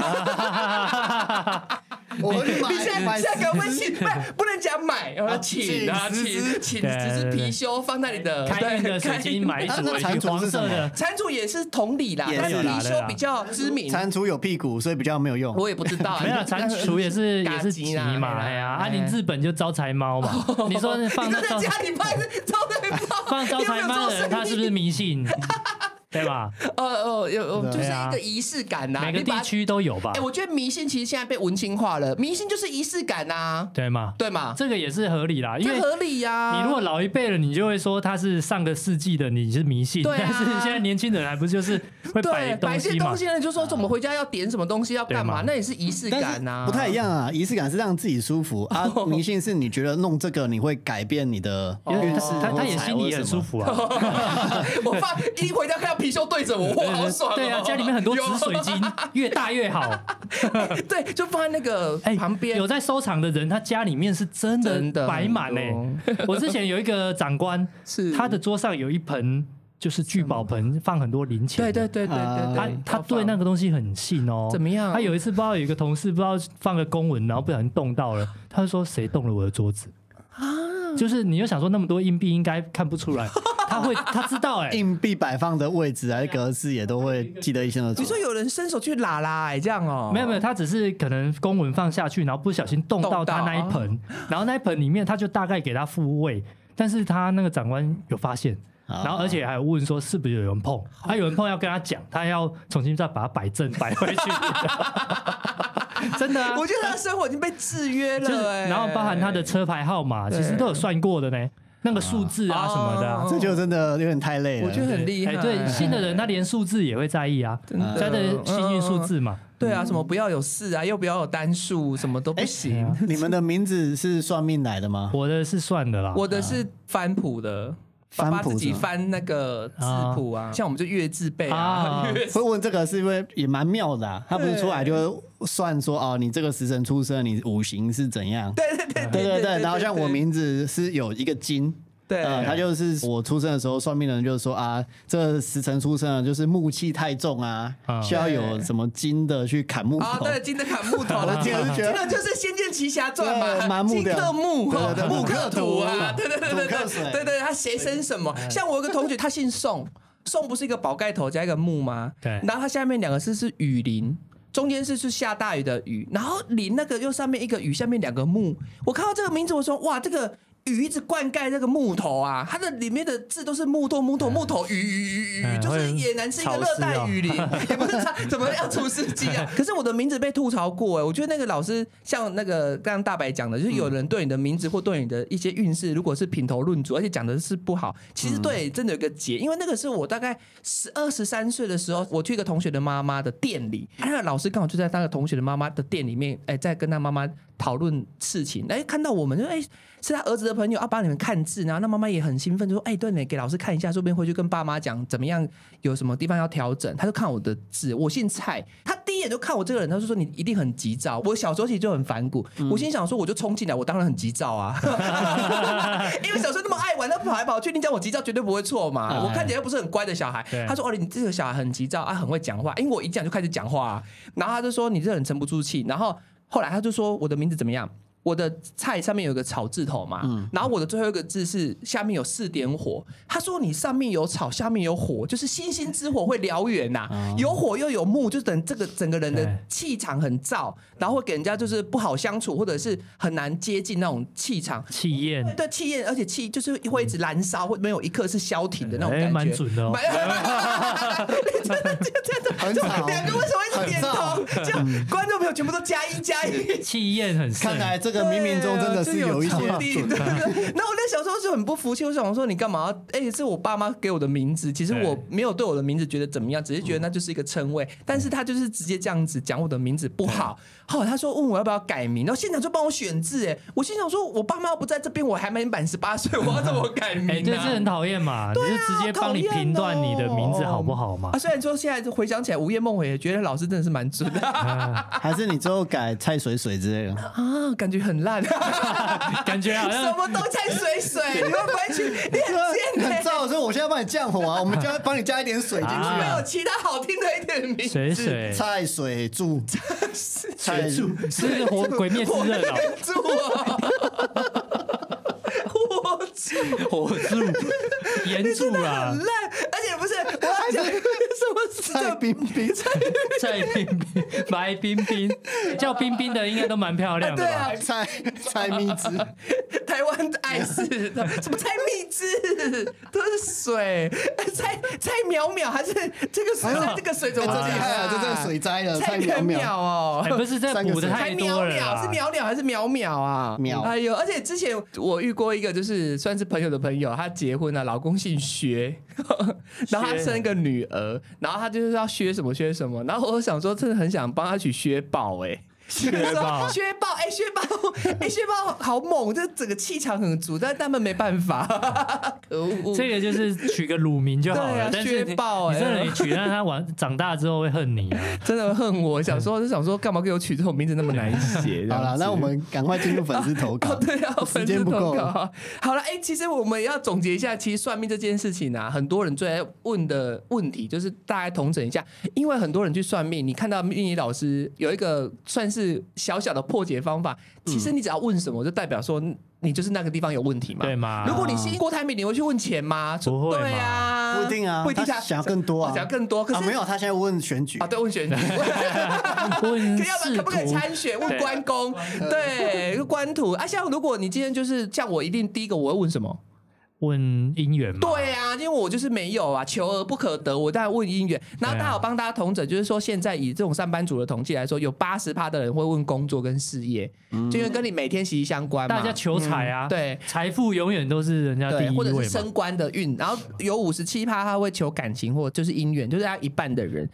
我
你现在给我们请，不能讲买，请啊请，只是貔貅放在你的
开运的水晶买一组，黄色的
蟾蜍也是同理啦，但是貔貅比较知名。
蟾蜍有屁股，所以比较没有用。
我也不知道，
没有蟾蜍也是吉嘛，哎呀，你日本就招财猫嘛，你说放在
家里拍招财猫，
放招财猫的人，他是不是迷信？对吧？
就是一个仪式感呐，
每个地区都有吧？
我觉得迷信其实现在被文青化了，迷信就是仪式感呐，
对吗？
对嘛？
这个也是合理啦，因为
合理呀。
你如果老一辈了，你就会说他是上个世纪的，你是迷信。但是现在年轻人还不就是会摆东西嘛？
东西呢，就说怎么回家要点什么东西要干嘛，那也是仪式感呐。
不太一样啊，仪式感是让自己舒服啊，迷信是你觉得弄这个你会改变你的运势，
他也心里很舒服啊。
我一回家看到貔貅对着我，我好爽。
对啊，家里面很多紫水晶，越大越好。
对，就放在那个旁边。
有在收藏的人，他家里面是真的摆满嘞。我之前有一个长官，他的桌上有一盆就是聚宝盆，放很多零钱。
对，
他对那个东西很信哦。
怎么样？
他有一次不知道有一个同事不知道放个公文，然后不小心动到了，他就说谁动了我的桌子啊？就是你就想说那么多硬币应该看不出来。他知道
硬币摆放的位置还是格式也都会记得一清二楚。
你说有人伸手去拉这样哦？
没有，他只是可能公文放下去，然后不小心动到他那一盆，然后那一盆里面他就大概给他复位，但是他那个长官有发现，然后而且还有问说是不是有人碰，有人碰要跟他讲，他要重新再把它摆正摆回去。真的啊，
我觉得他的生活已经被制约了
然后包含他的车牌号码，其实都有算过的呢。那个数字啊什么的，
这就真的有点太累了。
我觉得很厉害。
对，新的人他连数字也会在意啊，他的幸运数字嘛。
对啊，什么不要有4啊，又不要有单数，什么都不行。
你们的名字是算命来的吗？
我的是算的啦，
我的是翻谱的。 爸爸自己翻那个字谱啊，像我们就月字辈啊。
会问这个是因为也蛮妙的，他不是出来就算说哦，你这个时辰出生，你五行是怎样？对。然后像我名字是有一个金。
对，
他就是我出生的时候，算命的人就是说啊，这个时辰出生就是木气太重啊，需要有什么金的去砍木头。
啊，对，金的砍木头了，这个就是《仙剑奇侠传》嘛，金克木，木克土啊，对，他谁生什么？像我有个同学，他姓宋，宋不是一个宝盖头加一个木吗？
对，
然后他下面两个字是雨林。中间是下大雨的雨，然后林那个又上面一个雨，下面两个木。我看到这个名字，我说哇，这个雨一直灌溉这个木头啊，它的里面的字都是木头雨，就是野南是一个热带雨林，也不是怎么样除湿机啊。可是我的名字被吐槽过我觉得那个老师像那个刚刚大白讲的，就是有人对你的名字或对你的一些运势，如果是品头论足，而且讲的是不好，其实对真的有个结，因为那个是我大概13岁的时候，我去一个同学的妈妈的店里，那个老师刚好就在那个同学的妈妈的店里面，在跟他妈妈讨论事情，看到我们就是他儿子的朋友帮你们看字，然后那妈妈也很兴奋，就说对，你给老师看一下，说不定回去跟爸妈讲怎么样，有什么地方要调整。他就看我的字，我姓蔡，他第一眼就看我这个人，他就说你一定很急躁。我小时候其实就很反骨，我心想说我就冲进来，我当然很急躁啊，因为小时候那么爱玩，那跑来跑去，你讲我急躁绝对不会错嘛，我看起来又不是很乖的小孩。他说你这个小孩很急躁啊，很会讲话，因为我一讲就开始讲话然后他就说你这个人沉不住气，然后后来他就说我的名字怎么样？我的菜上面有个草字头嘛，然后我的最后一个字是下面有4点火。他说你上面有草，下面有火，就是星星之火会燎原呐。有火又有木，就等这个整个人的气场很燥，然后会给人家就是不好相处，或者是很难接近那种气场。
气焰，
对，气焰，而且气就是会一直燃烧，会没有一刻是消停的那种感觉。
蛮准的哦。
真的
很吵。
两个为什么一直点头？就观众朋友全部都加一。
气焰很盛。
看来这个冥冥中真的是有一些准。
那我那小时候就很不服气，我想说你干嘛要？是我爸妈给我的名字，其实我没有对我的名字觉得怎么样，只是觉得那就是一个称谓。但是他就是直接这样子讲我的名字不好。后来他说问我要不要改名，然后现场就帮我选字。我心想说我爸妈不在这边，我还没满18岁，我要怎么改名？
这是很讨厌嘛，你就直接帮你评断你的名字好不好嘛？
虽然说现在回想起来午夜梦回，也觉得老师真的是蛮准的。
还是你最后改蔡水水之类的
啊？感觉很烂，
感觉好像
什么都蔡水水，你会不会去？你很贱
很燥，所以我现在帮你降火啊，我们就要帮你加一点水进去啊。
没有其他好听的一点名字，
水
蔡水柱，
蔡柱是鬼灭之刃哦，火柱，岩柱啊，
很烂，而且不是我要讲什么
蔡冰冰，
蔡冰冰，
白冰冰，叫冰冰的应该都蛮漂亮的吧？
对啊，
蔡蜜汁，
台湾爱是什么蔡蜜汁都是水，蔡淼淼还是这个水？这个水怎么
厉害啊？这个水灾了，
蔡淼淼哦，
不是这补的太多了，
是淼淼还是淼淼啊？
淼，
哎呦！而且之前我遇过一个，就是算是朋友的朋友，她结婚了，老公姓薛，然后她生一个女儿，然后她就是要薛什么薛什么，然后我想说，真的很想帮她取薛宝薛豹，薛豹好猛，这整个气场很足，但他们没办法。可恶，
这个就是取个乳名就好了。但是
薛豹，
你真的取，让他长大之后会恨你啊！
真的恨我。想说，干嘛给我取这种名字那么难写？
好了，那我们赶快进入粉丝投稿。
对啊，
时间不够了。
好了，其实我们要总结一下，其实算命这件事情啊，很多人最爱问的问题，就是大概统整一下，因为很多人去算命，你看到命理老师有一个算是小小的破解方法，其实你只要问什么，就代表说你就是那个地方有问题嘛，
对吗？
如果你信郭台铭，你会去问钱吗？
不会，
对啊，
不一定啊，
不一定，
他想要更多啊，
想要更多。可是
没有，他现在问选举
啊，对，问选举，
问
可不可以参选？问关公，对，官图啊。像如果你今天就是像我，一定第一个我会问什么？
问姻缘嘛？
对啊，因为我就是没有啊，求而不可得，我当然问姻缘。然后大家有帮大家统整，就是说现在以这种上班族的统计来说，有80%的人会问工作跟事业，就因为跟你每天息息相关嘛。
大家求财啊，
对，
财富永远都是人家第一位嘛，
或者是升官的运。然后有57%他会求感情或就是姻缘，就是他一半的人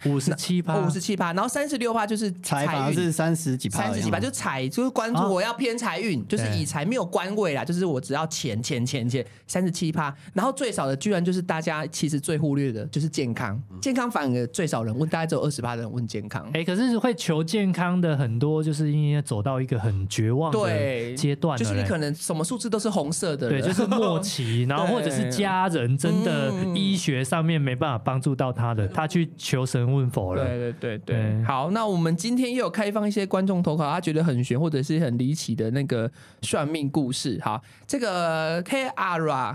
57%，然后36%就是财运
是30几%，30
几%就财就是关注我要偏财运，就是以财没有官位啦，就是我只要钱，30 37%，然后最少的居然就是大家其实最忽略的就是健康，健康反而最少人问，大概只有20%的人问健康。
可是会求健康的很多，就是因为走到一个很绝望的阶段了，
就是你可能什么数字都是红色的，
对，就是末期，然后或者是家人真的医学上面没办法帮助到他的，他去求神问佛了。
对。好，那我们今天也有开放一些观众投稿，他觉得很悬或者是很离奇的那个算命故事。好，这个 Kiara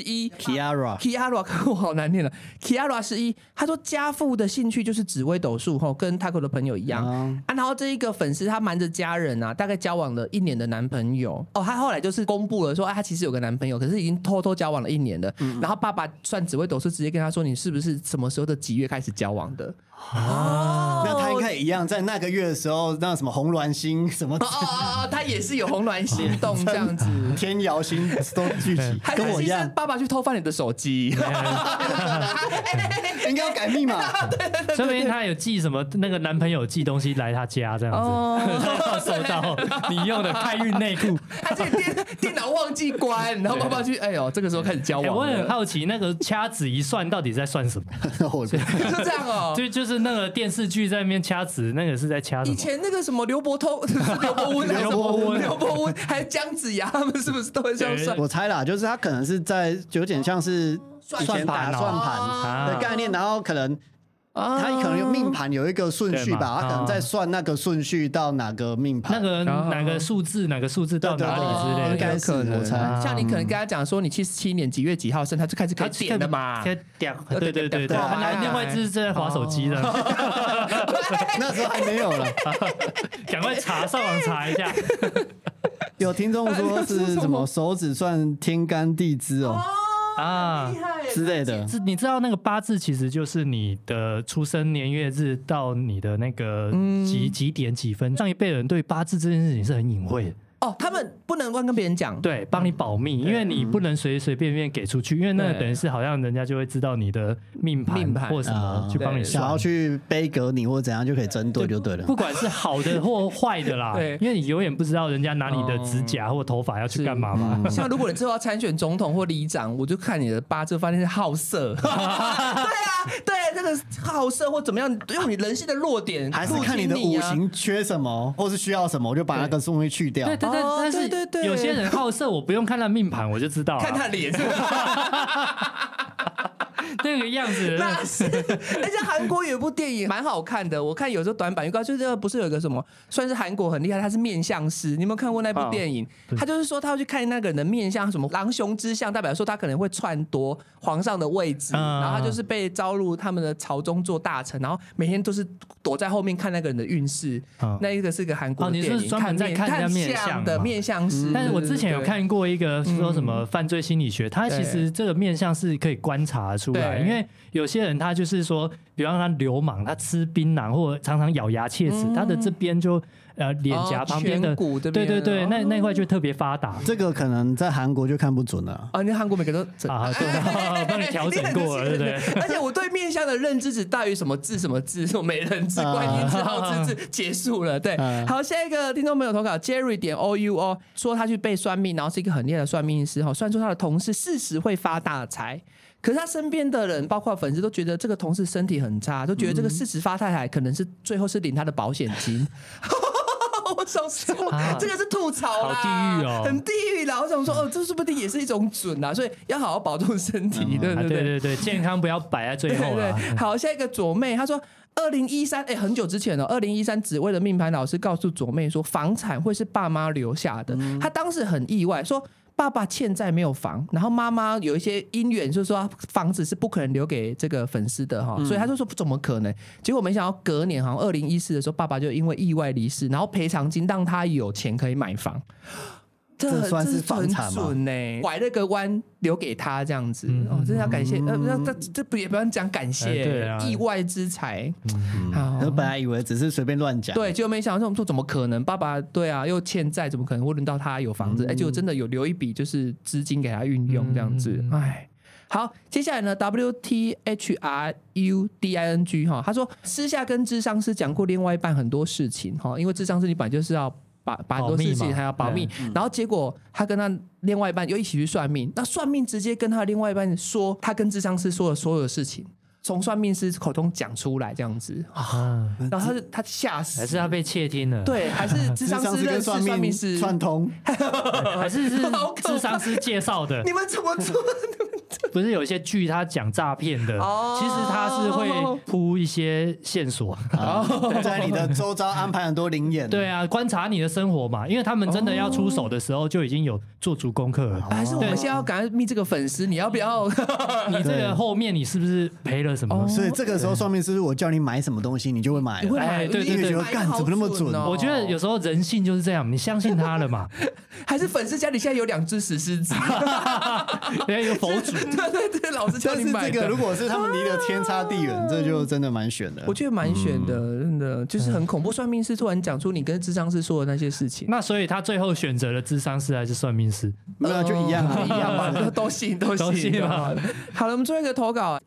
我好难念了 ，Kiara 11，他说家父的兴趣就是紫微斗数，跟 Taco 的朋友一样然后这一个粉丝他瞒着家人大概交往了1年的男朋友他后来就是公布了说他其实有个男朋友，可是已经偷偷交往了1年了。然后爸爸算紫微斗数，直接跟他说你是不是什么时候的几月开始交往的？
那他应该也一样，在那个月的时候，那什么红鸾星什么
他也是有红鸾星动这样子，
天姚星都聚集，跟我一样。
爸爸去偷翻你的手机，
应该要改密码。
说明他有寄什么那个男朋友寄东西来他家这样子，收到你用的开运内裤，
他这个电脑忘记关，然后爸爸去，这个时候开始交往。
我很好奇，那个掐指一算到底在算什么？
就这样
就是那个电视剧在那边掐指，那个是在掐什么？
以前那个什么刘伯温还有姜子牙，他们是不是都会这样算？
我猜啦，就是他可能是在有点像是以前打算盘的概念，然后可能。他可能有命盘有一个顺序吧，他可能在算那个顺序到哪个命盘，
那个哪个数字到哪里之类的，
应该是我猜。
像你可能跟他讲说你77年几月几号生，他就开始可以点了嘛。
对，另外一只正在滑手机的，
那时候还没有了，
赶快上网查一下。
有听众说是什么手指算天干地支之类的，
你知道那个八字其实就是你的出生年月日到你的那个几点几分。上一辈人对八字这件事情是很隐晦的。
他们不能乱跟别人讲，
对，帮你保密，因为你不能随便给出去，因为那等于是好像人家就会知道你的命盘或什么去帮你算，
想要去背革你或怎样就可以针对就对了，
不管是好的或坏的啦，因为你永远不知道人家拿你的指甲或头发要去干嘛嘛。
像如果你之后要参选总统或里长，我就看你的八字，发现是好色，对，这个好色或怎么样，用你人性的弱点，
还是看你的五行缺什么，或是需要什么，我就把那个东西去掉。
对，但是有些人好色，我不用看他命盘，我就知道了，
看他脸。
那个样子，
那是。而且韩国有一部电影蛮好看的，我看有时候短版预告，就是不是有一个什么，算是韩国很厉害，他是面相师，你有没有看过那部电影？他就是说他要去看那个人的面相，什么狼雄之相，代表说他可能会篡夺皇上的位置，然后他就是被招入他们的朝中做大臣，然后每天都是躲在后面看那个人的运势。那一个是一个韩国的电影，
你是专门在看人家面相
的面相师。
但是我之前有看过一个说什么犯罪心理学，他其实这个面相是可以观察出来，因为有些人他就是说，比方他流氓，他吃槟榔或常常咬牙切齿，他的这边就脸颊旁边的
骨这边，
对，那块就特别发达。
这个可能在韩国就看不准了
你韩国每个都
对，帮你调整过了，对不对？
而且我对面相的认知只大于什么字，什么美人字、观音字、好字结束了。对，好，下一个听众朋友投稿 Jerry.OUO 说他去被算命，然后是一个很厉害的算命师，算出他的同事40会发大财。可是他身边的人，包括粉丝，都觉得这个同事身体很差，都觉得这个40发太太可能是最后是领他的保险金。我想说，这个是吐槽啦，
好地狱哦，
很地狱啦。我想说，这说不定也是一种准啦，所以要好好保重身体，
对，健康不要摆在最后啦。
好，下一个左妹，她说2013，很久之前了，2013紫微的命盘老师告诉左妹说，房产会是爸妈留下的，她当时很意外，说。爸爸欠债没有房，然后妈妈有一些姻缘，就是说房子是不可能留给这个粉丝的所以他就说怎么可能？结果没想到隔年好像2014的时候，爸爸就因为意外离世，然后赔偿金让他有钱可以买房。
这算是房产吗？
拐了个弯留给他这样子，真的要感谢。这也不要讲感谢，意外之财。
我本来以为只是随便乱讲，
对，结果没想到说怎么可能？爸爸对啊，又欠债，怎么可能会轮到他有房子？结果真的有留一笔就是资金给他运用这样子。好，接下来呢 WTHRUDING 他说私下跟諮商師講過另外一半很多事情因為諮商師你本來就是要把很多事情还要保密，然后结果他跟他另外一半又一起去算命，那算命直接跟他的另外一半说他跟諮商师说的所有的事情。从算命师口中讲出来这样子然后他吓死，
还是他被窃听了？
对，还是諮商师认识算命师
串通，
还是諮商师介绍的？
你们怎么做？
不是有一些剧他讲诈骗的，其实他是会铺一些线索，
在你的周遭安排很多灵眼。
对啊，观察你的生活嘛，因为他们真的要出手的时候就已经有做足功课了。
还是我们现在要赶快密这个粉丝，你要不要？
你这个后面你是不是赔了什么？
所以这个时候算命师我叫你买什么东西，你就会买了。
哎，
对，
觉得干怎么那么准？
我觉得有时候人性就是这样，你相信他了嘛？
还是粉丝家里现在有2只石狮子，
有佛祖。
对，老师叫你买的。
但是这个如果是他们离得天差地远，这就真的蛮悬的。
我觉得蛮悬的，真的就是很恐怖。算命师突然讲出你跟諮商师说的那些事情，
那所以他最后选择了諮商师还是算命师？
没有，就一样啊，一样嘛，
都信嘛。好了，我们最后一个投稿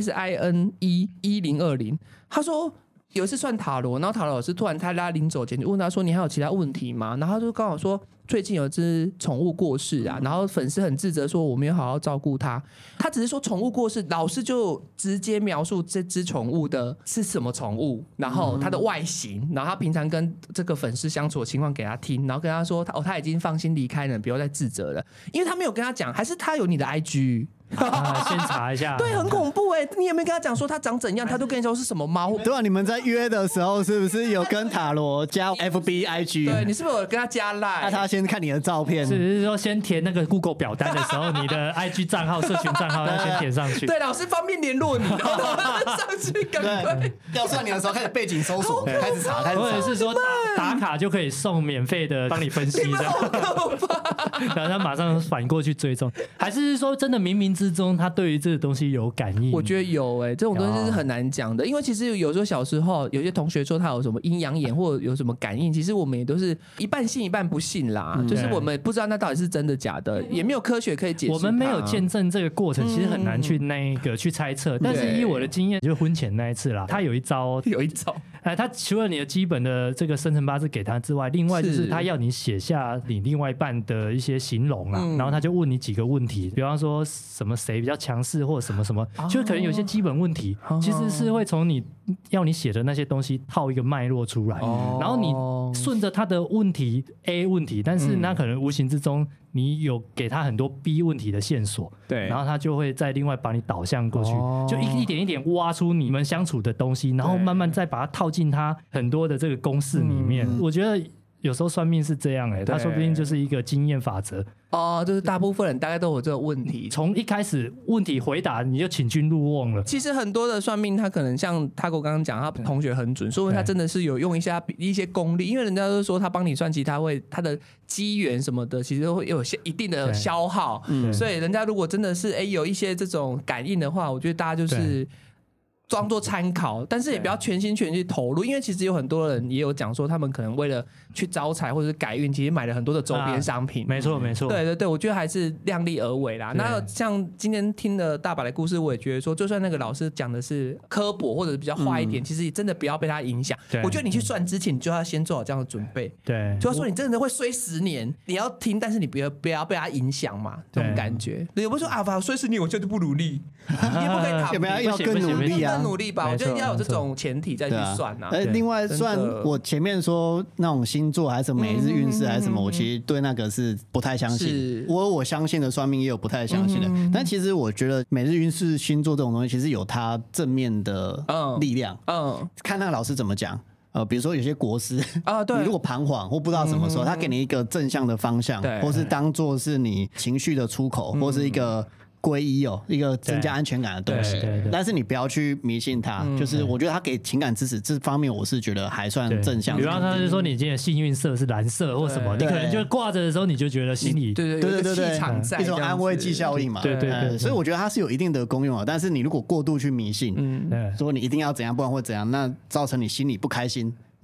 HSIN1020，他说。有一次算塔罗，然后塔罗老师突然他拉临走前就问他说：“你还有其他问题吗？”然后他就刚好说最近有只宠物过世啊，然后粉丝很自责说我没有好好照顾它。他只是说宠物过世，老师就直接描述这只宠物的是什么宠物，然后它的外形，然后他平常跟这个粉丝相处的情况给他听，然后跟他说他已经放心离开了，不要再自责了，因为他没有跟他讲，还是他有你的 IG。
先查一下，
对，很恐怖哎！你有没有跟他讲说他长怎样？他都跟你说是什么猫？
对啊，你们在约的时候是不是有跟塔罗加 FB、IG？
对，你是不是有跟他加 Line？
那他先看你的照片，
是说先填那个 Google 表单的时候，你的 IG 账号、社群账号要先填上去。
对，老师方便联络你，然后上去赶快。
要算你的时候开始背景搜索，开始查，
或者是说打卡就可以送免费的帮你分析这样，然后他马上反过去追踪，还是说真的冥冥之中他对于这个东西有感应？
我觉得有这种东西是很难讲的，因为其实有时候小时候有些同学说他有什么阴阳眼或者有什么感应，其实我们也都是一半信一半不信啦，就是我们不知道那到底是真的假的，也没有科学可以解释。
我们没有见证这个过程，其实很难去去猜测。但是以我的经验，就是婚前那一次啦，他有一招，他除了你的基本的这个生辰八字给他之外，另外就是他要你写下你另外一半的一些形容啦，然后他就问你几个问题，比方说什么谁比较强势或什么什么，就可能有些基本问题，其实是会从你要你写的那些东西套一个脉络出来，然后你顺着他的问题 A 问题，但是那可能无形之中你有给他很多 B 问题的线索，
对，
然后他就会再另外把你导向过去，就一点一点挖出你们相处的东西，然后慢慢再把它套进他很多的这个公式里面。我觉得有时候算命是这样他说不定就是一个经验法则
就是大部分人大概都有这个问题，
从一开始问题回答你就请君入瓮了。
其实很多的算命，他可能像他跟我刚刚讲，他同学很准，说明他真的是有用一些功力，因为人家都说他帮你算，其实他的机缘什么的，其实会有一定的消耗，所以人家如果真的是有一些这种感应的话，我觉得大家就是装作参考，但是也不要全心全意投入，因为其实有很多人也有讲说，他们可能为了去招财或者是改运，其实买了很多的周边商品。
没错，没错。
对对对，我觉得还是量力而为啦。那像今天听的大把的故事，我也觉得说，就算那个老师讲的是刻薄或者是比较坏一点，其实真的不要被他影响。我觉得你去算之前，你就要先做好这样的准备。
对，
就要说你真的会衰10年，你要听，但是你不要被他影响嘛，这种感觉。你不会说衰10年我就不努力，你也不可以躺平，
要更努力啊。
更努力吧，我觉得要有这种前提再去算啊。
另外算我前面说那种星座还是每日运势还是什么，我其实对那个是不太相信。我相信的算命也有不太相信的，但其实我觉得每日运势、星座这种东西，其实有它正面的力量。看那个老师怎么讲。比如说有些国师对，你如果彷徨或不知道什么时候，他给你一个正向的方向，或是当做是你情绪的出口，或是一个皈依一个增加安全感的东西，但是你不要去迷信它。就是我觉得他给情感支持这方面，我是觉得还算正向。
比方他是说你今天的幸运色是蓝色或什么，你可能就挂着的时候你就觉得心里
对气场在
一种安慰剂效应嘛。对，所以我觉得它是有一定的功用的。但是你如果过度去迷信，说你一定要怎样，不然会怎样，那造成你心里不开心。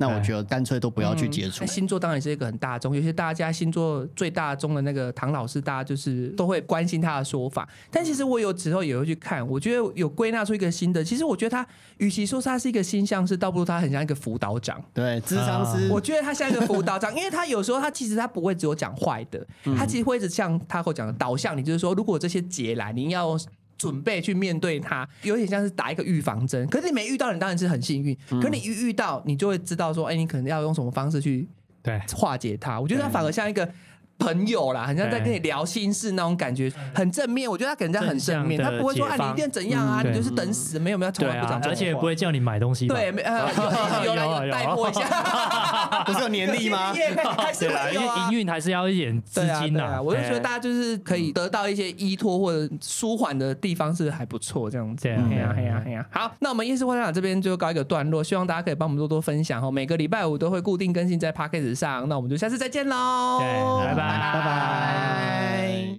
那我觉得干脆都不要去接触。
星座当然是一个很大众，尤其大家星座最大宗的那个唐老师，大家就是都会关心他的说法。但其实我有时候也会去看，我觉得有归纳出一个新的。其实我觉得他与其说他是一个星象师，倒不如他很像一个辅导长。
对，咨商师，
我觉得他像一个辅导长，因为他有时候其实他不会只有讲坏的，他其实会一直像他会讲的导向你，就是说如果这些劫来，你要准备去面对它，有点像是打一个预防针。可是你没遇到，你当然是很幸运。可是你一遇到，你就会知道说，哎，你可能要用什么方式去化解它。我觉得他反而像一个朋友啦，很像在跟你聊心事那种感觉，很正面。我觉得他给人家很正面，他不会说啊你一定怎样啊，你就是等死，没有，从来不讲这种话，
而且也不会叫你买东西。
对，有带货一下，
不是有年历吗？
还是会有
营运还是要一点资金
啊。我就觉得大家就是可以得到一些依托或者舒缓的地方是还不错，这样子。好，那我们夜市会长这边就告一个段落，希望大家可以帮我们多多分享哦。每个礼拜五都会固定更新在 Podcast 上，那我们就下次再见喽，
拜拜。
拜拜。